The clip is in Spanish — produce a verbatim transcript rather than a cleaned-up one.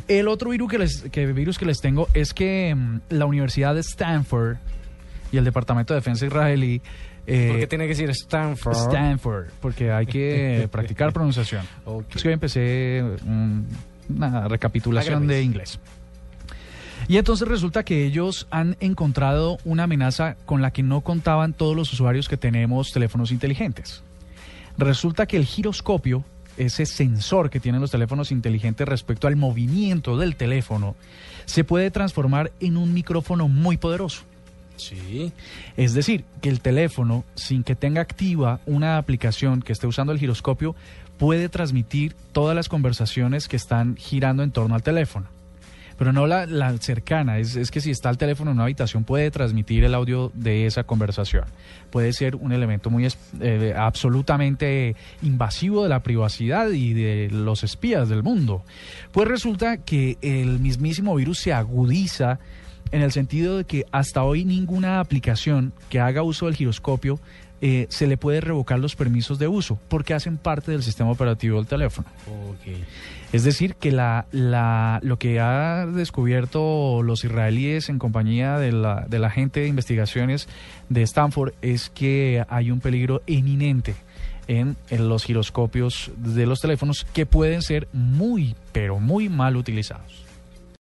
El otro virus que les, que, virus que les tengo es que um, la Universidad de Stanford y el Departamento de Defensa israelí... Eh, ¿Por qué tiene que decir Stanford? Stanford, porque hay que practicar pronunciación. Okay. Es que hoy empecé um, una recapitulación de inglés. Y entonces resulta que ellos han encontrado una amenaza con la que no contaban todos los usuarios que tenemos teléfonos inteligentes. Resulta que el giroscopio, ese sensor que tienen los teléfonos inteligentes respecto al movimiento del teléfono, se puede transformar en un micrófono muy poderoso. Sí. Es decir, que el teléfono, sin que tenga activa una aplicación que esté usando el giroscopio, puede transmitir todas las conversaciones que están girando en torno al teléfono. Pero no la, la cercana, es, es que si está el teléfono en una habitación puede transmitir el audio de esa conversación. Puede ser un elemento muy eh, absolutamente invasivo de la privacidad y de los espías del mundo. Pues resulta que el mismísimo virus se agudiza en el sentido de que hasta hoy ninguna aplicación que haga uso del giroscopio eh, se le puede revocar los permisos de uso porque hacen parte del sistema operativo del teléfono. Okay. Es decir, que la, la, lo que ha descubierto los israelíes en compañía de la, de la gente de investigaciones de Stanford es que hay un peligro inminente en, en los giroscopios de los teléfonos que pueden ser muy, pero muy mal utilizados.